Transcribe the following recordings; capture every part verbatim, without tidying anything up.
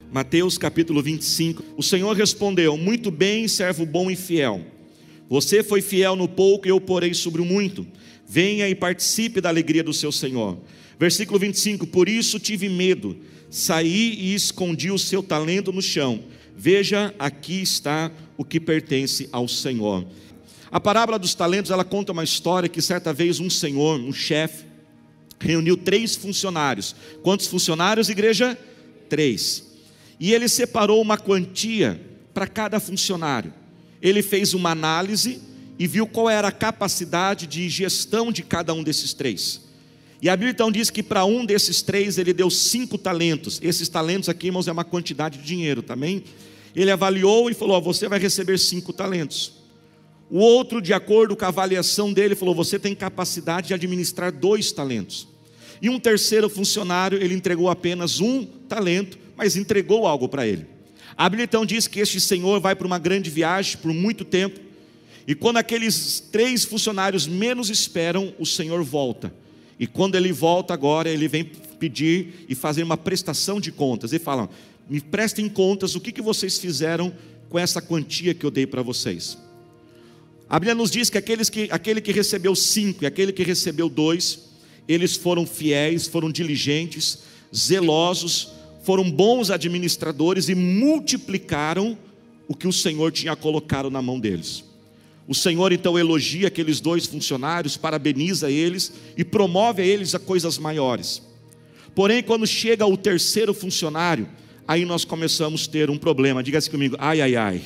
Mateus capítulo vinte e cinco. O Senhor respondeu: muito bem, servo bom e fiel. Você foi fiel no pouco e eu porei sobre o muito. Venha e participe da alegria do seu Senhor. Versículo vinte e cinco. Por isso tive medo, saí e escondi o seu talento no chão. Veja, aqui está o que pertence ao Senhor. A parábola dos talentos, ela conta uma história que certa vez um senhor, um chefe, reuniu três funcionários. Quantos funcionários, igreja? Três. E ele separou uma quantia para cada funcionário. Ele fez uma análise e viu qual era a capacidade de gestão de cada um desses três. E a Bíblia então diz que para um desses três ele deu cinco talentos. Esses talentos aqui, irmãos, é uma quantidade de dinheiro também. Ele avaliou e falou: ó, você vai receber cinco talentos. O outro, de acordo com a avaliação dele, falou: você tem capacidade de administrar dois talentos. E um terceiro funcionário, ele entregou apenas um talento, mas entregou algo para ele. A Bíblia então diz que este senhor vai para uma grande viagem por muito tempo, e quando aqueles três funcionários menos esperam, o Senhor volta. E quando ele volta agora, ele vem pedir e fazer uma prestação de contas. Ele fala: me prestem contas, o que, que vocês fizeram com essa quantia que eu dei para vocês? A Bíblia nos diz que, aqueles que aquele que recebeu cinco e aquele que recebeu dois, eles foram fiéis, foram diligentes, zelosos, foram bons administradores e multiplicaram o que o Senhor tinha colocado na mão deles. O Senhor então elogia aqueles dois funcionários, parabeniza eles e promove a eles a coisas maiores. Porém, quando chega o terceiro funcionário, aí nós começamos a ter um problema. Diga assim comigo: ai, ai, ai.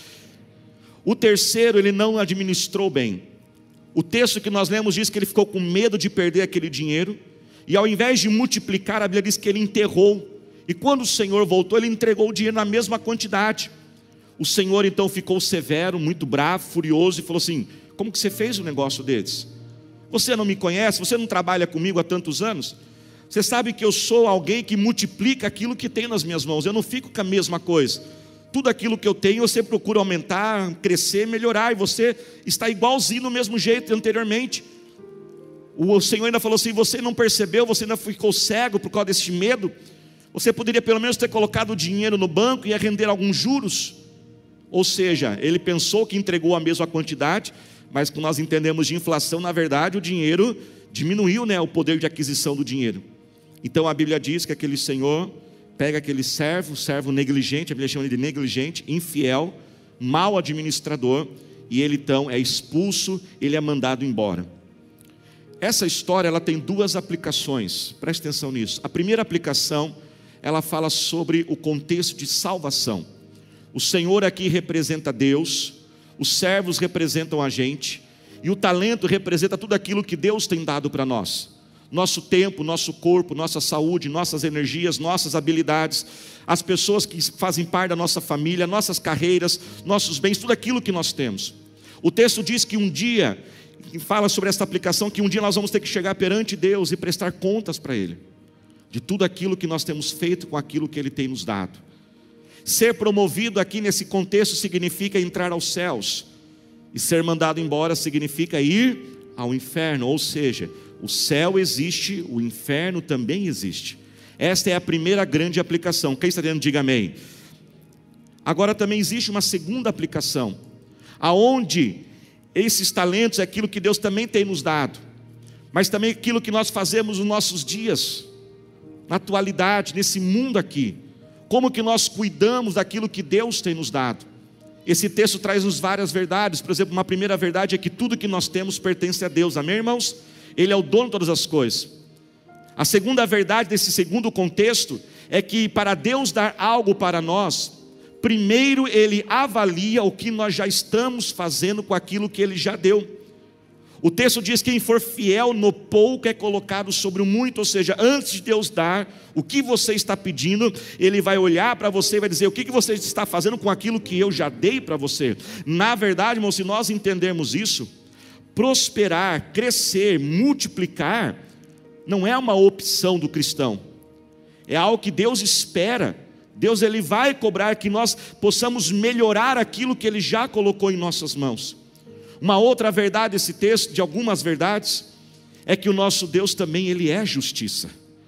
O terceiro, ele não administrou bem. O texto que nós lemos diz que ele ficou com medo de perder aquele dinheiro, e ao invés de multiplicar, a Bíblia diz que ele enterrou. E quando o Senhor voltou, ele entregou o dinheiro na mesma quantidade. O Senhor então ficou severo, muito bravo, furioso, e falou assim: como que você fez o negócio deles? Você não me conhece? Você não trabalha comigo há tantos anos? Você sabe que eu sou alguém que multiplica aquilo que tem nas minhas mãos. Eu não fico com a mesma coisa. Tudo aquilo que eu tenho, você procura aumentar, crescer, melhorar, e você está igualzinho do mesmo jeito anteriormente. O Senhor ainda falou assim: você não percebeu, você ainda ficou cego por causa desse medo? Você poderia pelo menos ter colocado o dinheiro no banco e ia render alguns juros. Ou seja, ele pensou que entregou a mesma quantidade, mas como nós entendemos de inflação, na verdade o dinheiro diminuiu, né, o poder de aquisição do dinheiro. Então a Bíblia diz que aquele senhor pega aquele servo, servo negligente, a Bíblia chama ele de negligente, infiel, mau administrador, e ele então é expulso, ele é mandado embora. Essa história, ela tem duas aplicações, preste atenção nisso. A primeira aplicação, ela fala sobre o contexto de salvação. O Senhor aqui representa Deus, os servos representam a gente, e o talento representa tudo aquilo que Deus tem dado para nós. Nosso tempo, nosso corpo, nossa saúde, nossas energias, nossas habilidades, as pessoas que fazem parte da nossa família, nossas carreiras, nossos bens, tudo aquilo que nós temos. O texto diz que um dia, fala sobre essa aplicação, que um dia nós vamos ter que chegar perante Deus e prestar contas para Ele, de tudo aquilo que nós temos feito com aquilo que Ele tem nos dado. Ser promovido aqui nesse contexto significa entrar aos céus, e ser mandado embora significa ir ao inferno, ou seja, o céu existe, o inferno também existe. Esta é a primeira grande aplicação. Quem está dizendo, diga amém. Agora também existe uma segunda aplicação, aonde esses talentos é aquilo que Deus também tem nos dado, mas também aquilo que nós fazemos nos nossos dias, na atualidade, nesse mundo aqui. Como que nós cuidamos daquilo que Deus tem nos dado? Esse texto traz-nos várias verdades. Por exemplo, uma primeira verdade é que tudo que nós temos pertence a Deus. Amém, irmãos? Ele é o dono de todas as coisas. A segunda verdade desse segundo contexto é que para Deus dar algo para nós, primeiro Ele avalia o que nós já estamos fazendo com aquilo que Ele já deu. O texto diz: quem for fiel no pouco é colocado sobre o muito. Ou seja, antes de Deus dar o que você está pedindo, Ele vai olhar para você e vai dizer: o que você está fazendo com aquilo que eu já dei para você? Na verdade, irmão, se nós entendermos isso, prosperar, crescer, multiplicar, não é uma opção do cristão, é algo que Deus espera. Deus, Ele vai cobrar que nós possamos melhorar aquilo que Ele já colocou em nossas mãos. Uma outra verdade desse texto, de algumas verdades, é que o nosso Deus também, Ele é justiça.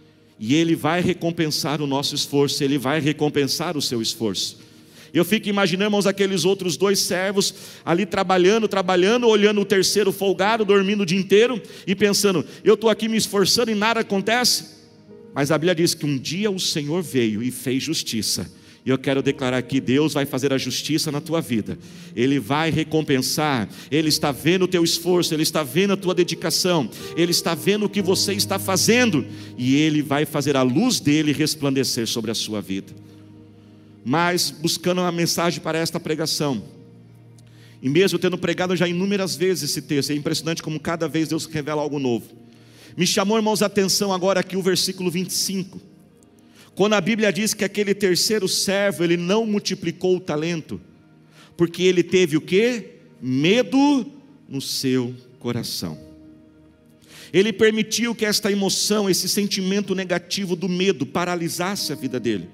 e Ele vai recompensar o nosso esforço, Ele vai recompensar o seu esforço. Eu fico imaginando, irmãos, aqueles outros dois servos ali trabalhando, trabalhando, olhando o terceiro folgado, dormindo o dia inteiro e pensando: eu estou aqui me esforçando e nada acontece. Mas a Bíblia diz que um dia o Senhor veio e fez justiça. E eu quero declarar que Deus vai fazer a justiça na tua vida. Ele vai recompensar. Ele está vendo o teu esforço, Ele está vendo a tua dedicação, Ele está vendo o que você está fazendo, e Ele vai fazer a luz dEle resplandecer sobre a sua vida. Mas buscando uma mensagem para esta pregação, e mesmo tendo pregado já inúmeras vezes esse texto, é impressionante como cada vez Deus revela algo novo. Me chamou, irmãos, a atenção agora aqui o versículo vinte e cinco, quando a Bíblia diz que aquele terceiro servo, ele não multiplicou o talento, porque ele teve o quê? Medo no seu coração. Ele permitiu que esta emoção, esse sentimento negativo do medo paralisasse a vida dele.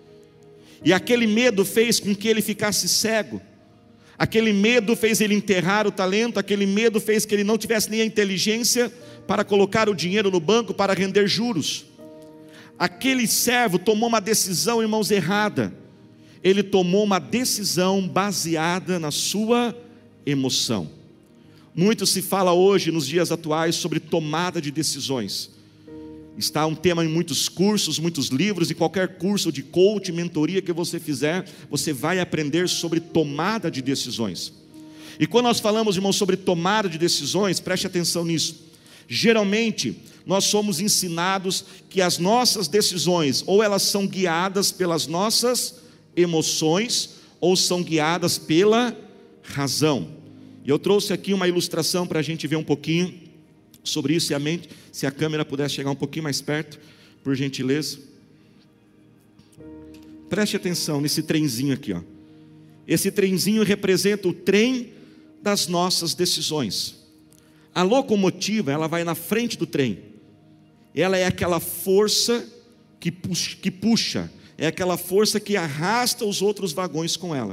E aquele medo fez com que ele ficasse cego. Aquele medo fez ele enterrar o talento, aquele medo fez que ele não tivesse nem a inteligência para colocar o dinheiro no banco para render juros. Aquele servo tomou uma decisão, irmãos, errada. Ele tomou uma decisão baseada na sua emoção. Muito se fala hoje, nos dias atuais, sobre tomada de decisões. Está um tema em muitos cursos, muitos livros, e qualquer curso de coach, mentoria que você fizer, você vai aprender sobre tomada de decisões. E quando nós falamos, irmãos, sobre tomada de decisões, preste atenção nisso. Geralmente, nós somos ensinados que as nossas decisões, ou elas são guiadas pelas nossas emoções, ou são guiadas pela razão. E eu trouxe aqui uma ilustração para a gente ver um pouquinho sobre isso, e a mente, se a câmera pudesse chegar um pouquinho mais perto, por gentileza. Preste atenção nesse trenzinho aqui, ó. Esse trenzinho representa o trem das nossas decisões. A locomotiva, ela vai na frente do trem. Ela é aquela força que puxa, que puxa, é aquela força que arrasta os outros vagões com ela.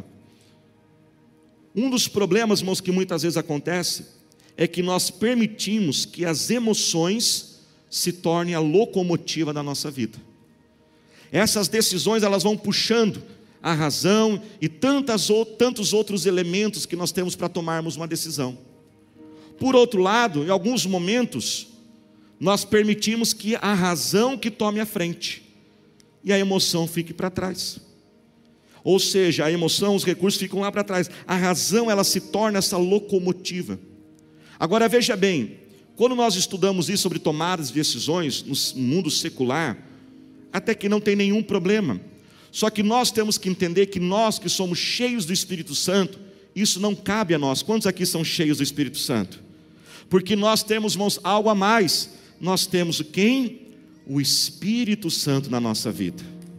Um dos problemas, irmãos, que muitas vezes acontece, é que nós permitimos que as emoções se tornem a locomotiva da nossa vida. Essas decisões, elas vão puxando a razão e tantas, tantos outros elementos que nós temos para tomarmos uma decisão. Por outro lado, em alguns momentos, nós permitimos que a razão que tome a frente, e a emoção fique para trás. Ou seja, a emoção, os recursos ficam lá para trás. A razão, ela se torna essa locomotiva. Agora veja bem, quando nós estudamos isso sobre tomadas de decisões no mundo secular, até que não tem nenhum problema. Só que nós temos que entender que nós que somos cheios do Espírito Santo, isso não cabe a nós. Quantos aqui são cheios do Espírito Santo? Porque nós temos, irmãos, algo a mais. Nós temos quem? O Espírito Santo na nossa vida.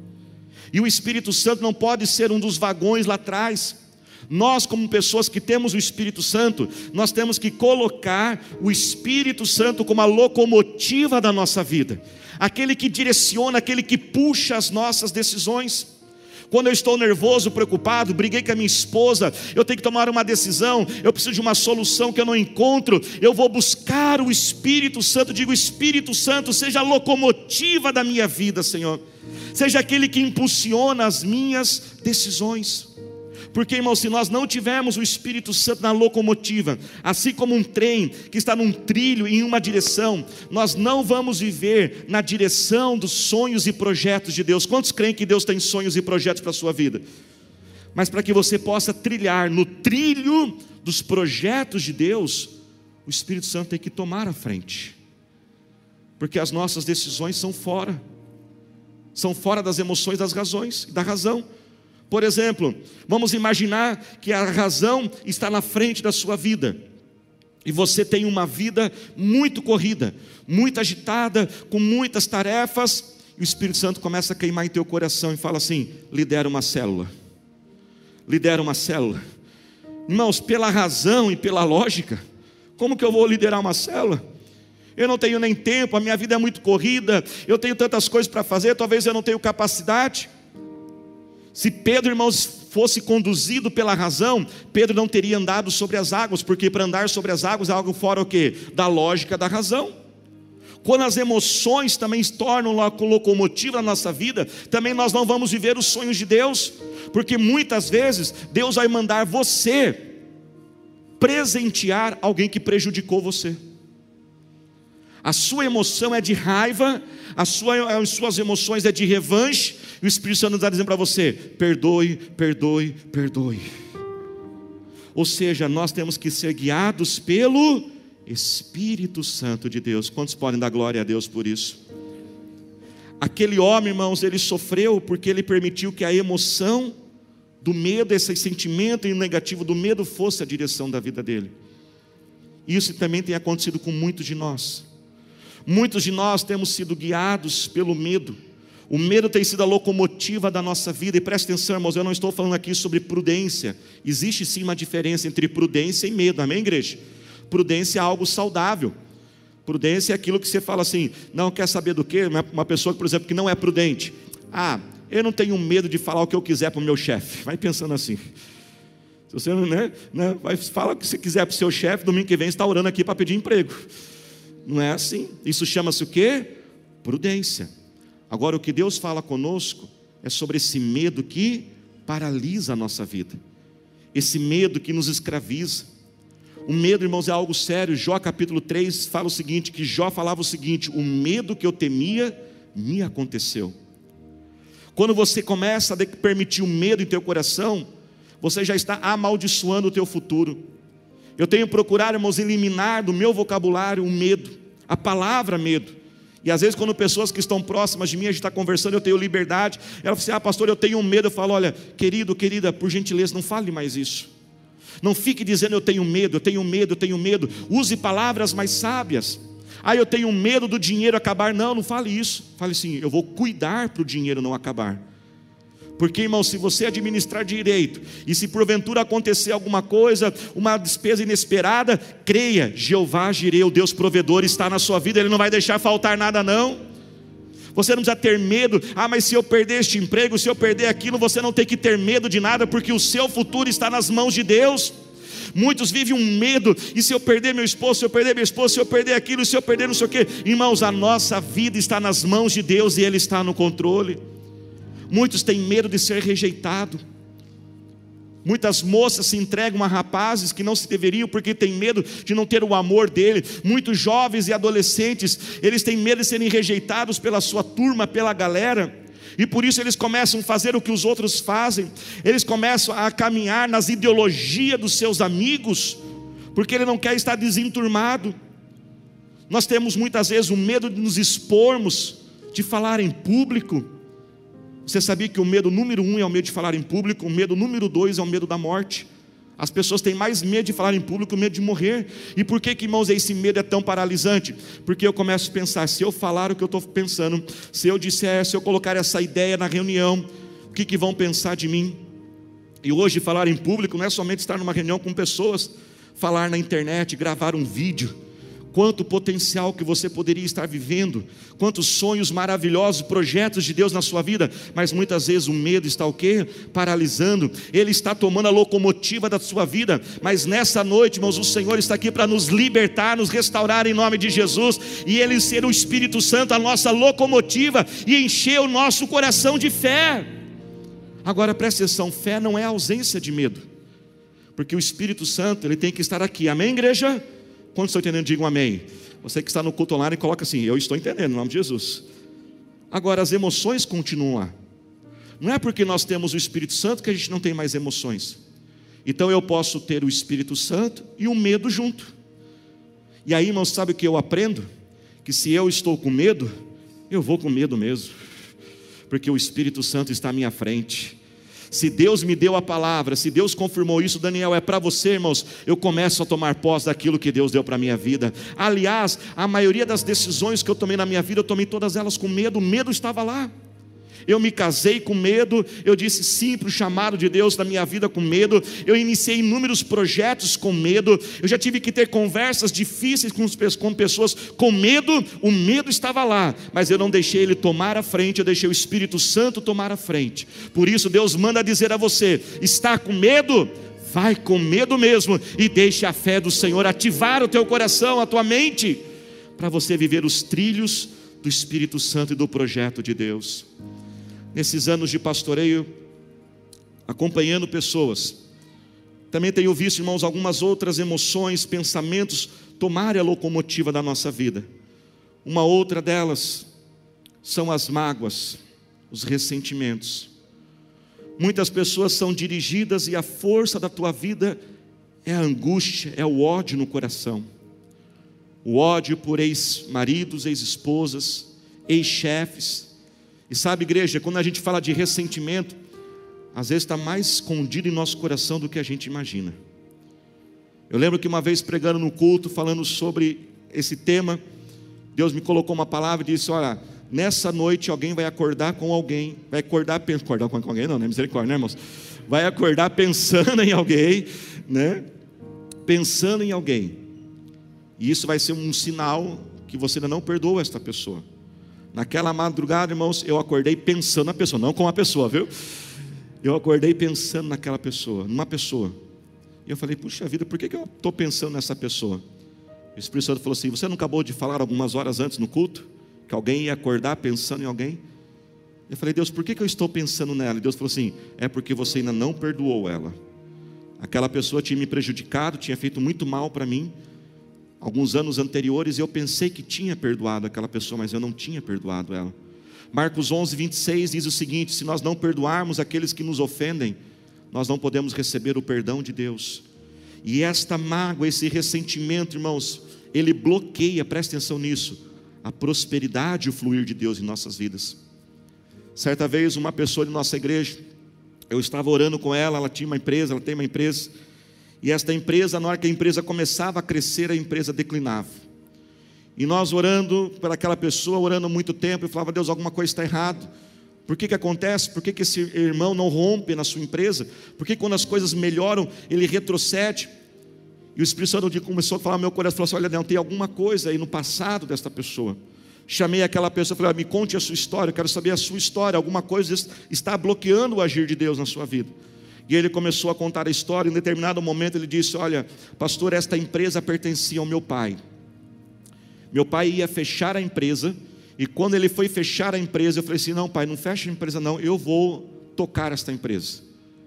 E o Espírito Santo não pode ser um dos vagões lá atrás. Nós, como pessoas que temos o Espírito Santo, nós temos que colocar o Espírito Santo como a locomotiva da nossa vida, aquele que direciona, aquele que puxa as nossas decisões. Quando eu estou nervoso, preocupado, briguei com a minha esposa, eu tenho que tomar uma decisão, eu preciso de uma solução que eu não encontro, eu vou buscar o Espírito Santo. Digo: Espírito Santo, seja a locomotiva da minha vida, Senhor, seja aquele que impulsiona as minhas decisões. Porque, irmão, se nós não tivermos o Espírito Santo na locomotiva, assim como um trem que está num trilho em uma direção, nós não vamos viver na direção dos sonhos e projetos de Deus. Quantos creem que Deus tem sonhos e projetos para a sua vida? Mas para que você possa trilhar no trilho dos projetos de Deus, o Espírito Santo tem que tomar a frente. Porque as nossas decisões são fora, são fora das emoções, das razões, da razão. Por exemplo, vamos imaginar que a razão está na frente da sua vida, e você tem uma vida muito corrida, muito agitada, com muitas tarefas, e o Espírito Santo começa a queimar em teu coração e fala assim: lidera uma célula, lidera uma célula. Irmãos, pela razão e pela lógica, como que eu vou liderar uma célula? Eu não tenho nem tempo, a minha vida é muito corrida, eu tenho tantas coisas para fazer, talvez eu não tenha capacidade. Se Pedro, irmãos, fosse conduzido pela razão, Pedro não teria andado sobre as águas, porque para andar sobre as águas é algo fora o quê? Da lógica da razão. Quando as emoções também se tornam locomotiva na nossa vida, também nós não vamos viver os sonhos de Deus, porque muitas vezes Deus vai mandar você presentear alguém que prejudicou você. A sua emoção é de raiva, a sua, as suas emoções é de revanche, e o Espírito Santo está dizendo para você: perdoe, perdoe, perdoe. Ou seja, nós temos que ser guiados pelo Espírito Santo de Deus. Quantos podem dar glória a Deus por isso? Aquele homem, irmãos, ele sofreu porque ele permitiu que a emoção do medo, esse sentimento negativo do medo fosse a direção da vida dele. Isso também tem acontecido com muitos de nós. Muitos de nós temos sido guiados pelo medo. O medo tem sido a locomotiva da nossa vida. E preste atenção, irmãos, eu não estou falando aqui sobre prudência. Existe sim uma diferença entre prudência e medo, amém, igreja? Prudência é algo saudável. Prudência é aquilo que você fala assim: não quer saber do quê? Uma pessoa, por exemplo, que não é prudente. Ah, eu não tenho medo de falar o que eu quiser para o meu chefe. Vai pensando assim. Se você não, né, né, vai, fala o que você quiser para o seu chefe, domingo que vem você está orando aqui para pedir emprego. Não é assim. Isso chama-se o quê? Prudência. Agora, o que Deus fala conosco é sobre esse medo que paralisa a nossa vida. Esse medo que nos escraviza. O medo, irmãos, é algo sério. Jó capítulo três fala o seguinte, que Jó falava o seguinte: o medo que eu temia me aconteceu. Quando você começa a permitir o medo em teu coração, você já está amaldiçoando o teu futuro. Eu tenho procurado, irmãos, eliminar do meu vocabulário o medo, a palavra medo. E às vezes quando pessoas que estão próximas de mim, a gente está conversando, eu tenho liberdade, ela fala assim: ah, pastor, eu tenho medo. Eu falo: olha, querido, querida, por gentileza, não fale mais isso. Não fique dizendo eu tenho medo, eu tenho medo, eu tenho medo. Use palavras mais sábias. Ah, eu tenho medo do dinheiro acabar. Não, não fale isso. Fale assim: eu vou cuidar para o dinheiro não acabar. Porque, irmão, se você administrar direito, e se porventura acontecer alguma coisa, uma despesa inesperada, creia, Jeová Jireh, o Deus provedor, está na sua vida. Ele não vai deixar faltar nada não. Você não precisa ter medo: ah, mas se eu perder este emprego, se eu perder aquilo. Você não tem que ter medo de nada, porque o seu futuro está nas mãos de Deus. Muitos vivem um medo: e se eu perder meu esposo, se eu perder minha esposa, se eu perder aquilo, se eu perder não sei o quê. Irmãos, a nossa vida está nas mãos de Deus e Ele está no controle. Muitos têm medo de ser rejeitado. Muitas moças se entregam a rapazes que não se deveriam, porque têm medo de não ter o amor dele. Muitos jovens e adolescentes, eles têm medo de serem rejeitados pela sua turma, pela galera, e por isso eles começam a fazer o que os outros fazem. Eles começam a caminhar nas ideologias dos seus amigos, porque ele não quer estar desenturmado. Nós temos muitas vezes o medo de nos expormos, de falar em público. Você sabia que o medo número um é o medo de falar em público? O medo número dois é o medo da morte. As pessoas têm mais medo de falar em público, o medo de morrer. E por que, que, irmãos, esse medo é tão paralisante? Porque eu começo a pensar: se eu falar o que eu estou pensando, se eu disser, se eu colocar essa ideia na reunião, o que, que vão pensar de mim? E hoje falar em público não é somente estar numa reunião com pessoas, falar na internet, gravar um vídeo. Quanto potencial que você poderia estar vivendo, quantos sonhos maravilhosos, projetos de Deus na sua vida, mas muitas vezes o medo está o quê? Paralisando. Ele está tomando a locomotiva da sua vida. Mas nessa noite, irmãos, o Senhor está aqui para nos libertar, nos restaurar em nome de Jesus, e Ele ser o Espírito Santo a nossa locomotiva, e encher o nosso coração de fé. Agora preste atenção: fé não é ausência de medo, porque o Espírito Santo, ele tem que estar aqui, amém, igreja? Quantos estão entendendo? Digam amém. Você que está no culto online, coloca assim: eu estou entendendo, em nome de Jesus. Agora, as emoções continuam lá. Não é porque nós temos o Espírito Santo que a gente não tem mais emoções. Então eu posso ter o Espírito Santo e o medo junto. E aí, irmãos, sabe o que eu aprendo? Que se eu estou com medo, eu vou com medo mesmo, porque o Espírito Santo está à minha frente. Se Deus me deu a palavra, se Deus confirmou isso, Daniel, é para você, irmãos, eu começo a tomar posse daquilo que Deus deu para a minha vida. Aliás, a maioria das decisões que eu tomei na minha vida, eu tomei todas elas com medo. O medo estava lá. Eu me casei com medo, eu disse sim para o chamado de Deus na minha vida com medo, eu iniciei inúmeros projetos com medo, eu já tive que ter conversas difíceis com, com pessoas com medo. O medo estava lá, mas eu não deixei ele tomar a frente, eu deixei o Espírito Santo tomar a frente. Por isso Deus manda dizer a você: está com medo? Vai com medo mesmo, e deixe a fé do Senhor ativar o teu coração, a tua mente. para você viver os trilhos do Espírito Santo e do projeto de Deus. Nesses anos de pastoreio, acompanhando pessoas, também tenho visto, irmãos, algumas outras emoções, pensamentos tomarem a locomotiva da nossa vida. Uma outra delas são as mágoas, os ressentimentos. Muitas pessoas são dirigidas e a força da tua vida é a angústia, é o ódio no coração. O ódio por ex-maridos, ex-esposas, ex-chefes. E sabe, igreja, quando a gente fala de ressentimento, às vezes está mais escondido em nosso coração do que a gente imagina. Eu lembro que uma vez pregando no culto, falando sobre esse tema, Deus me colocou uma palavra e disse: olha, nessa noite alguém vai acordar com alguém, vai acordar, acordar com alguém não, né? Misericórdia, né, irmãos? Vai acordar pensando em alguém, né? Pensando em alguém. E isso vai ser um sinal que você ainda não perdoou esta pessoa. Naquela madrugada, irmãos, eu acordei pensando na pessoa, não com a pessoa, viu? Eu acordei pensando naquela pessoa, numa pessoa. E eu falei: puxa vida, por que que eu estou pensando nessa pessoa? O Espírito Santo falou assim: você não acabou de falar algumas horas antes no culto que alguém ia acordar pensando em alguém? Eu falei: Deus, por que que eu estou pensando nela? E Deus falou assim: é porque você ainda não perdoou ela. Aquela pessoa tinha me prejudicado, tinha feito muito mal para mim alguns anos anteriores, e eu pensei que tinha perdoado aquela pessoa, mas eu não tinha perdoado ela. Marcos onze, vinte e seis diz o seguinte: se nós não perdoarmos aqueles que nos ofendem, nós não podemos receber o perdão de Deus. E esta mágoa, esse ressentimento, irmãos, ele bloqueia, presta atenção nisso, a prosperidade e o fluir de Deus em nossas vidas. Certa vez, uma pessoa de nossa igreja, eu estava orando com ela, ela tinha uma empresa, ela tem uma empresa, e esta empresa, na hora que a empresa começava a crescer, a empresa declinava. E nós orando por aquela pessoa, orando há muito tempo, eu falava: Deus, alguma coisa está errada. Por que que acontece? Por que que esse irmão não rompe na sua empresa? Por que quando as coisas melhoram, ele retrocede? E o Espírito Santo começou a falar no meu coração, falou assim: olha, não, tem alguma coisa aí no passado desta pessoa. Chamei aquela pessoa e falei: me conte a sua história, eu quero saber a sua história. Alguma coisa está bloqueando o agir de Deus na sua vida. E ele começou a contar a história. Em determinado momento ele disse: olha, pastor, esta empresa pertencia ao meu pai. Meu pai ia fechar a empresa, e quando ele foi fechar a empresa, eu falei assim: não, pai, não fecha a empresa não, eu vou tocar esta empresa.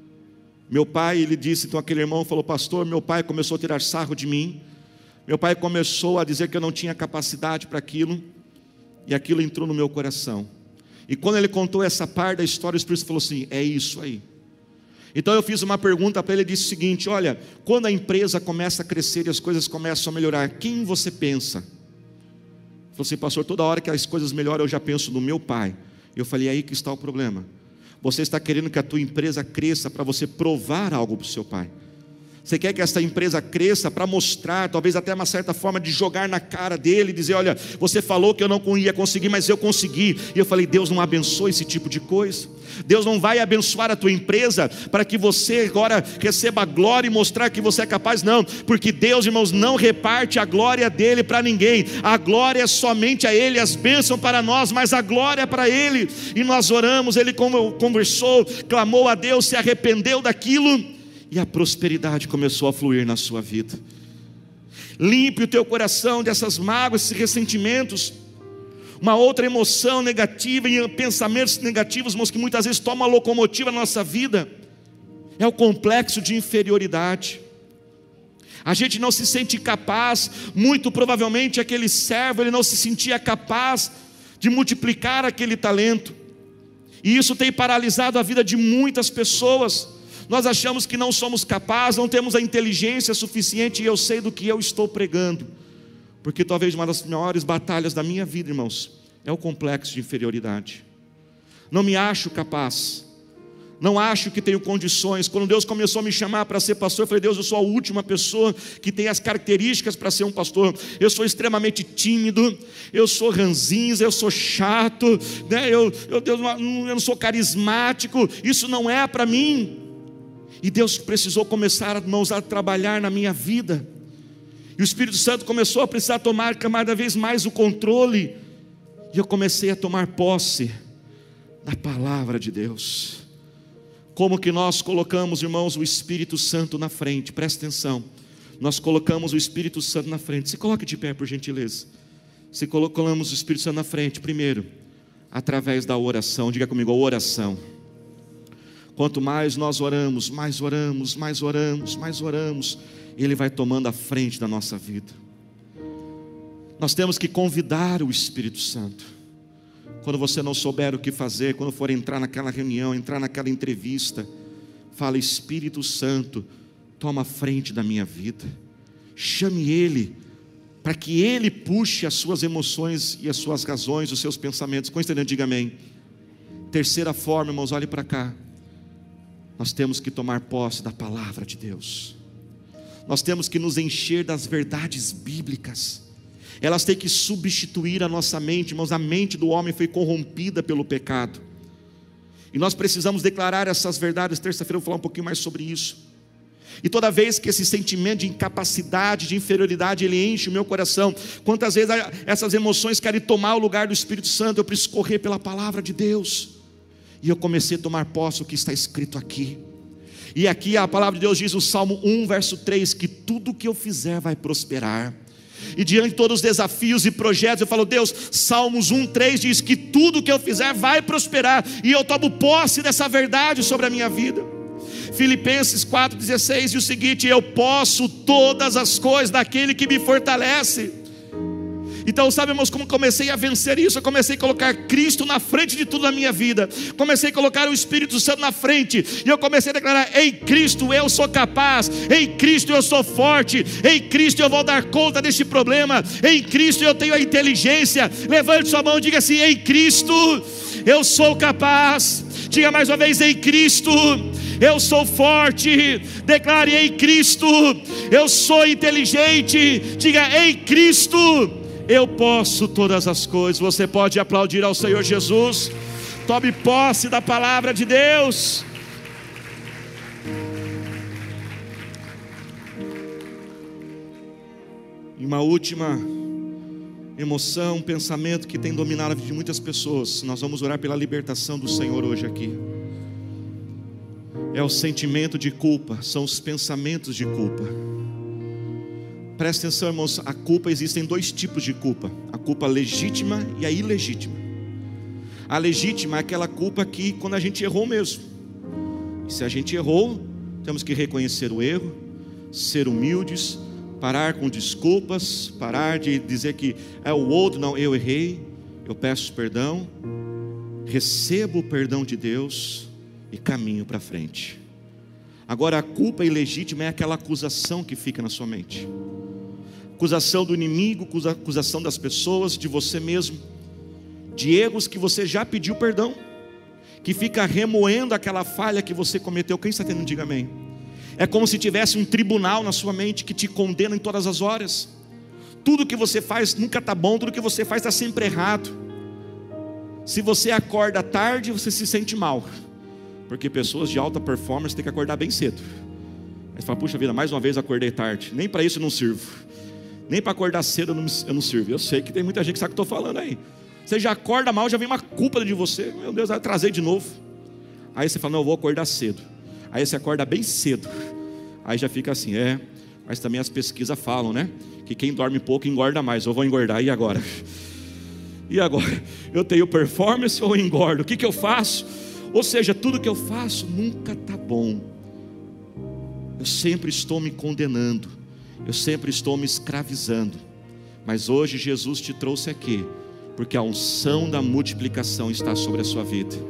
Meu pai, ele disse, então aquele irmão falou: pastor, meu pai começou a tirar sarro de mim, meu pai começou a dizer que eu não tinha capacidade para aquilo, e aquilo entrou no meu coração. E quando ele contou essa parte da história, o Espírito falou assim: é isso aí. Então eu fiz uma pergunta para ele, ele disse o seguinte: olha, quando a empresa começa a crescer e as coisas começam a melhorar, quem você pensa? Ele falou assim: pastor, toda hora que as coisas melhoram eu já penso no meu pai. Eu falei: aí que está o problema. Você está querendo que a tua empresa cresça para você provar algo para o seu pai. Você quer que essa empresa cresça para mostrar, talvez até uma certa forma de jogar na cara dele, dizer: olha, você falou que eu não ia conseguir, mas eu consegui. E eu falei: Deus não abençoa esse tipo de coisa. Deus não vai abençoar a tua empresa para que você agora receba a glória e mostrar que você é capaz, não. Porque Deus, irmãos, não reparte a glória dele para ninguém. A glória é somente a ele, as bênçãos para nós, mas a glória é para ele. E nós oramos, ele conversou, clamou a Deus, se arrependeu daquilo, e a prosperidade começou a fluir na sua vida. Limpe o teu coração dessas mágoas, esses ressentimentos. Uma outra emoção negativa e pensamentos negativos, irmãos, que muitas vezes tomam a locomotiva na nossa vida, é o complexo de inferioridade. A gente não se sente capaz. Muito provavelmente aquele servo, ele não se sentia capaz de multiplicar aquele talento, e isso tem paralisado a vida de muitas pessoas. Nós achamos que não somos capazes, não temos a inteligência suficiente, e eu sei do que eu estou pregando, porque talvez uma das maiores batalhas da minha vida, irmãos, é o complexo de inferioridade. Não me acho capaz, não acho que tenho condições. Quando Deus começou a me chamar para ser pastor, eu falei: Deus, eu sou a última pessoa que tem as características para ser um pastor. Eu sou extremamente tímido, eu sou ranzinza, eu sou chato, né? eu, eu, Deus, eu não sou carismático, isso não é para mim. E Deus precisou começar, irmãos, a trabalhar na minha vida, e o Espírito Santo começou a precisar tomar cada vez mais o controle, e eu comecei a tomar posse da palavra de Deus. Como que nós colocamos, irmãos, o Espírito Santo na frente? Presta atenção, nós colocamos o Espírito Santo na frente. Se coloque de pé, por gentileza. Se colocamos o Espírito Santo na frente, primeiro, através da oração. Diga comigo, a oração. Quanto mais nós oramos, mais oramos, mais oramos, mais oramos, Ele vai tomando a frente da nossa vida. Nós temos que convidar o Espírito Santo. Quando você não souber o que fazer, quando for entrar naquela reunião, entrar naquela entrevista, fala: Espírito Santo, toma a frente da minha vida. Chame Ele, para que Ele puxe as suas emoções e as suas razões, os seus pensamentos. Com isso, diga amém. Terceira forma, irmãos, olhe para cá. Nós temos que tomar posse da palavra de Deus. Nós temos que nos encher das verdades bíblicas. Elas têm que substituir a nossa mente, irmãos. A mente do homem foi corrompida pelo pecado. E nós precisamos declarar essas verdades. Terça-feira eu vou falar um pouquinho mais sobre isso. E toda vez que esse sentimento de incapacidade, de inferioridade, ele enche o meu coração, quantas vezes essas emoções querem tomar o lugar do Espírito Santo, eu preciso correr pela palavra de Deus. E eu comecei a tomar posse do que está escrito aqui. E aqui a palavra de Deus diz, o Salmo um, verso três, que tudo que eu fizer vai prosperar. E diante de todos os desafios e projetos, eu falo: Deus, Salmos um, três diz que tudo que eu fizer vai prosperar. E eu tomo posse dessa verdade sobre a minha vida. Filipenses quatro, dezesseis, e o seguinte: eu posso todas as coisas daquele que me fortalece. Então, sabe, irmãos, como comecei a vencer isso? Eu comecei a colocar Cristo na frente de tudo na minha vida. Comecei a colocar o Espírito Santo na frente. E eu comecei a declarar: em Cristo eu sou capaz. Em Cristo eu sou forte. Em Cristo eu vou dar conta deste problema. Em Cristo eu tenho a inteligência. Levante sua mão e diga assim: em Cristo eu sou capaz. Diga mais uma vez: em Cristo eu sou forte. Declare: em Cristo eu sou inteligente. Diga: em Cristo eu posso todas as coisas. Você pode aplaudir ao Senhor Jesus. Tome posse da palavra de Deus. E uma última emoção, um pensamento que tem dominado a vida de muitas pessoas. Nós vamos orar pela libertação do Senhor hoje aqui. É o sentimento de culpa, são os pensamentos de culpa. Presta atenção, irmãos, a culpa, existem dois tipos de culpa: a culpa legítima e a ilegítima. A legítima é aquela culpa que quando a gente errou mesmo. E se a gente errou, temos que reconhecer o erro, ser humildes, parar com desculpas, parar de dizer que é o outro. Não, eu errei, eu peço perdão, recebo o perdão de Deus e caminho para frente. Agora, a culpa ilegítima é aquela acusação que fica na sua mente. Acusação do inimigo, acusação das pessoas, de você mesmo, de erros que você já pediu perdão, que fica remoendo aquela falha que você cometeu. Quem está tendo, diga amém. É como se tivesse um tribunal na sua mente que te condena em todas as horas. Tudo que você faz nunca está bom, tudo que você faz está sempre errado. Se você acorda tarde, você se sente mal, porque pessoas de alta performance têm que acordar bem cedo. Aí você fala: puxa vida, mais uma vez acordei tarde. Nem para isso eu não sirvo. Nem para acordar cedo eu não, eu não sirvo. Eu sei que tem muita gente que sabe o que eu estou falando aí. Você já acorda mal, já vem uma culpa de você. Meu Deus, vai trazer de novo. Aí você fala: não, eu vou acordar cedo. Aí você acorda bem cedo. Aí já fica assim: é, mas também as pesquisas falam, né, que quem dorme pouco engorda mais. Eu vou engordar, e agora? E agora? Eu tenho performance ou engordo? O que, que eu faço? Ou seja, tudo que eu faço nunca está bom. Eu sempre estou me condenando. Eu sempre estou me escravizando. Mas hoje Jesus te trouxe aqui, porque a unção da multiplicação está sobre a sua vida.